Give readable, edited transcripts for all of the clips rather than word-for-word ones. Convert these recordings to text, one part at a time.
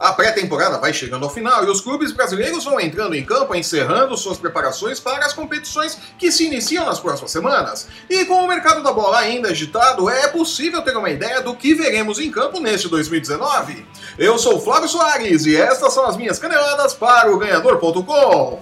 A pré-temporada vai chegando ao final e os clubes brasileiros vão entrando em campo, encerrando suas preparações para as competições que se iniciam nas próximas semanas. E com o mercado da bola ainda agitado, é possível ter uma ideia do que veremos em campo neste 2019. Eu sou Flávio Soares e estas são as minhas caneladas para o Ganhador.com.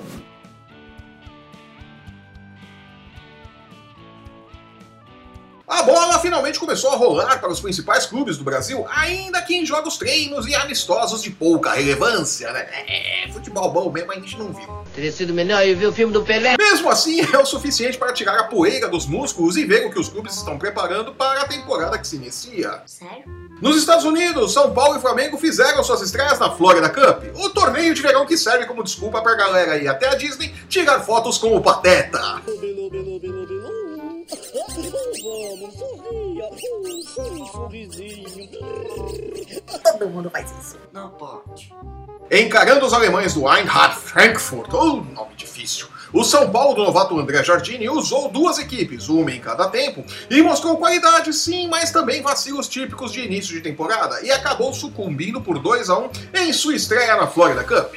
A bola finalmente começou a rolar para os principais clubes do Brasil, ainda que em jogos treinos e amistosos de pouca relevância, né? Futebol bom mesmo a gente não viu. Teria sido melhor eu ver o filme do Pelé. Mesmo assim, é o suficiente para tirar a poeira dos músculos e ver o que os clubes estão preparando para a temporada que se inicia. Sério? Nos Estados Unidos, São Paulo e Flamengo fizeram suas estreias na Florida Cup, o torneio de verão que serve como desculpa para a galera ir até a Disney tirar fotos com o Pateta. Todo mundo faz isso. Não pode. Encarando os alemães do Eintracht Frankfurt, nome difícil, o São Paulo do novato André Jardine usou duas equipes, uma em cada tempo, e mostrou qualidade sim, mas também vacilos típicos de início de temporada, e acabou sucumbindo por 2-1 em sua estreia na Florida Cup.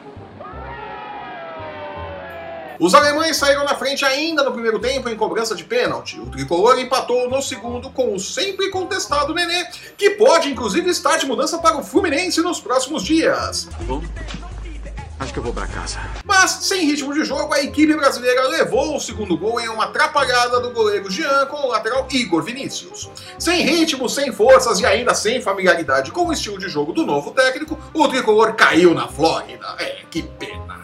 Os alemães saíram na frente ainda no primeiro tempo em cobrança de pênalti. O tricolor empatou no segundo com o sempre contestado Nenê, que pode inclusive estar de mudança para o Fluminense nos próximos dias. Bom, acho que eu vou para casa. Mas, sem ritmo de jogo, a equipe brasileira levou o segundo gol em uma atrapalhada do goleiro Jean com o lateral Igor Vinícius. Sem ritmo, sem forças e ainda sem familiaridade com o estilo de jogo do novo técnico, o tricolor caiu na Flórida. Que pena.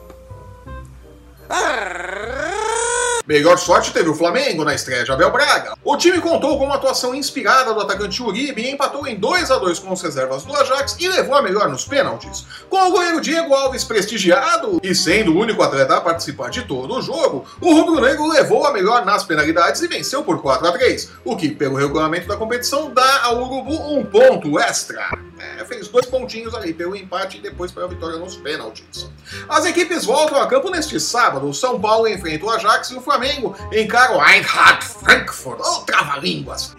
Melhor sorte teve o Flamengo na estreia de Abel Braga. O time contou com uma atuação inspirada do atacante Uribe e empatou em 2-2 com as reservas do Ajax e levou a melhor nos pênaltis. Com o goleiro Diego Alves prestigiado e sendo o único atleta a participar de todo o jogo, o rubro-negro levou a melhor nas penalidades e venceu por 4-3, o que, pelo regulamento da competição, dá ao Urubu um ponto extra. Fez 2 pontinhos ali pelo empate e depois pela vitória nos pênaltis. As equipes voltam a campo neste sábado. O São Paulo enfrenta o Ajax e o Flamengo encara o Eintracht Frankfurt. Trava-línguas!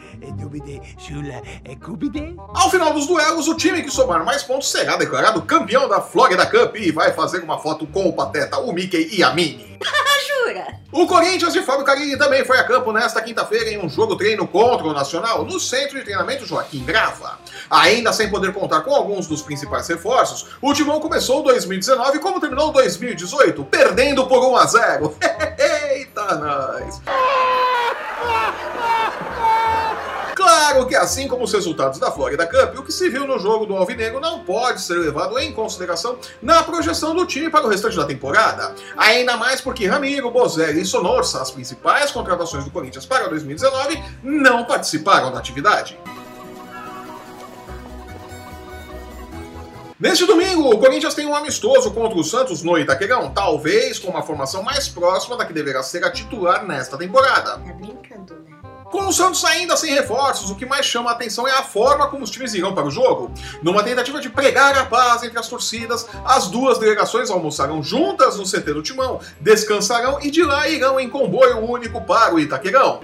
Ao final dos duelos, o time que somar mais pontos será declarado campeão da Florida Cup e vai fazer uma foto com o Pateta, o Mickey e a Minnie. Jura? O Corinthians de Fábio Carille também foi a campo nesta quinta-feira em um jogo treino contra o Nacional no Centro de Treinamento Joaquim Grava. Ainda sem poder contar com alguns dos principais reforços, o Timão começou 2019 como terminou 2018, perdendo por 1-0. Eita, nós! Claro que assim como os resultados da Florida Cup, o que se viu no jogo do Alvinegro não pode ser levado em consideração na projeção do time para o restante da temporada. Ainda mais porque Ramiro, Bozelli e Sonorsa, as principais contratações do Corinthians para 2019, não participaram da atividade. Neste domingo, o Corinthians tem um amistoso contra o Santos no Itaquerão, talvez com uma formação mais próxima da que deverá ser a titular nesta temporada. Tá brincando, né? Com o Santos ainda sem reforços, o que mais chama a atenção é a forma como os times irão para o jogo. Numa tentativa de pregar a paz entre as torcidas, as duas delegações almoçarão juntas no CT do Timão, descansarão e de lá irão em comboio único para o Itaquerão.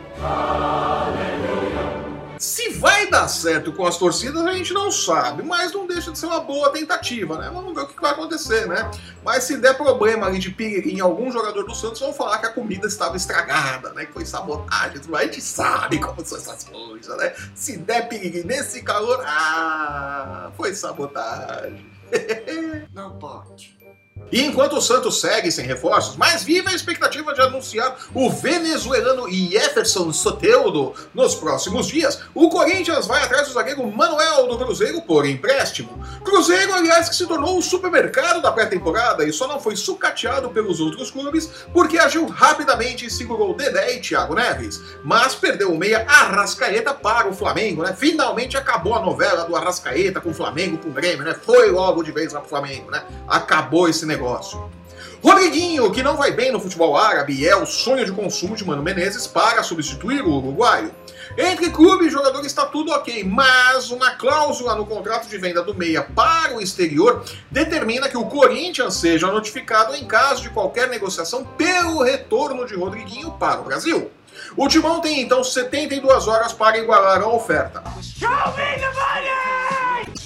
Se vai dar certo com as torcidas, a gente não sabe, mas não deixa de ser uma boa tentativa, né? Vamos ver o que vai acontecer, né? Mas se der problema ali de piriri em algum jogador do Santos, vão falar que a comida estava estragada, né? Que foi sabotagem, a gente sabe como são essas coisas, né? Se der piriri nesse calor, foi sabotagem. Não pode. E enquanto o Santos segue sem reforços, mais viva a expectativa de anunciar o venezuelano Jefferson Soteldo nos próximos dias, o Corinthians vai atrás do zagueiro Manuel do Cruzeiro por empréstimo. Cruzeiro, aliás, que se tornou o supermercado da pré-temporada e só não foi sucateado pelos outros clubes porque agiu rapidamente e segurou Dedé e Thiago Neves. Mas perdeu o meia Arrascaeta para o Flamengo, né? Finalmente acabou a novela do Arrascaeta com o Flamengo, com o Grêmio, né? Foi logo de vez lá pro Flamengo, né? Acabou esse negócio. Rodriguinho, que não vai bem no futebol árabe e é o sonho de consumo de Mano Menezes para substituir o uruguaio. Entre clube e jogador está tudo ok, mas uma cláusula no contrato de venda do meia para o exterior determina que o Corinthians seja notificado em caso de qualquer negociação pelo retorno de Rodriguinho para o Brasil. O Timão tem então 72 horas para igualar a oferta.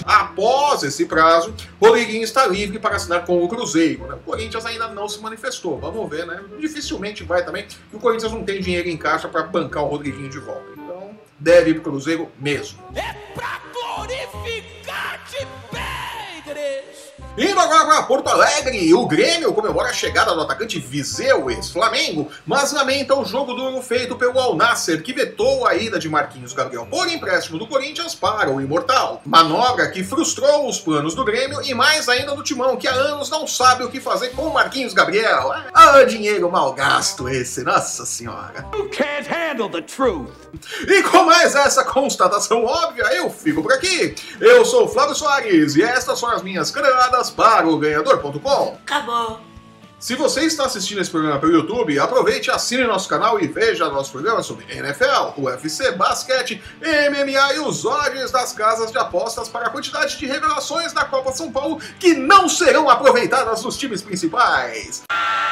Após esse prazo, Rodriguinho está livre para assinar com o Cruzeiro, né? O Corinthians ainda não se manifestou, vamos ver, né? Dificilmente vai também, porque o Corinthians não tem dinheiro em caixa para bancar o Rodriguinho de volta. Então, deve ir pro Cruzeiro mesmo. É pra glorificar de Pedres! Indo agora para Porto Alegre, o Grêmio comemora a chegada do atacante Viseu, ex-Flamengo, mas lamenta o jogo duro feito pelo Al Nassr, que vetou a ida de Marquinhos Gabriel por empréstimo do Corinthians para o Imortal. Manobra que frustrou os planos do Grêmio e mais ainda do Timão, que há anos não sabe o que fazer com o Marquinhos Gabriel. Ah, dinheiro mal gasto esse, nossa senhora. You can't handle the truth! E com mais essa constatação óbvia, eu fico por aqui. Eu sou o Flávio Soares e estas são as minhas caneladas para o Ganhador.com. Acabou. Se você está assistindo esse programa pelo YouTube, aproveite, assine nosso canal e veja nossos programas sobre NFL, UFC, basquete, MMA e os odds das casas de apostas para a quantidade de revelações da Copa São Paulo que não serão aproveitadas nos times principais.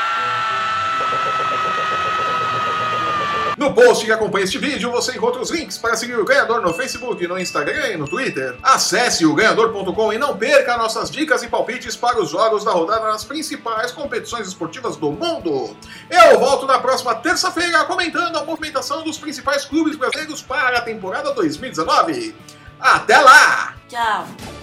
No post que acompanha este vídeo, você encontra os links para seguir o Ganhador no Facebook, no Instagram e no Twitter. Acesse o Ganhador.com e não perca nossas dicas e palpites para os jogos da rodada nas principais competições esportivas do mundo. Eu volto na próxima terça-feira comentando a movimentação dos principais clubes brasileiros para a temporada 2019. Até lá! Tchau.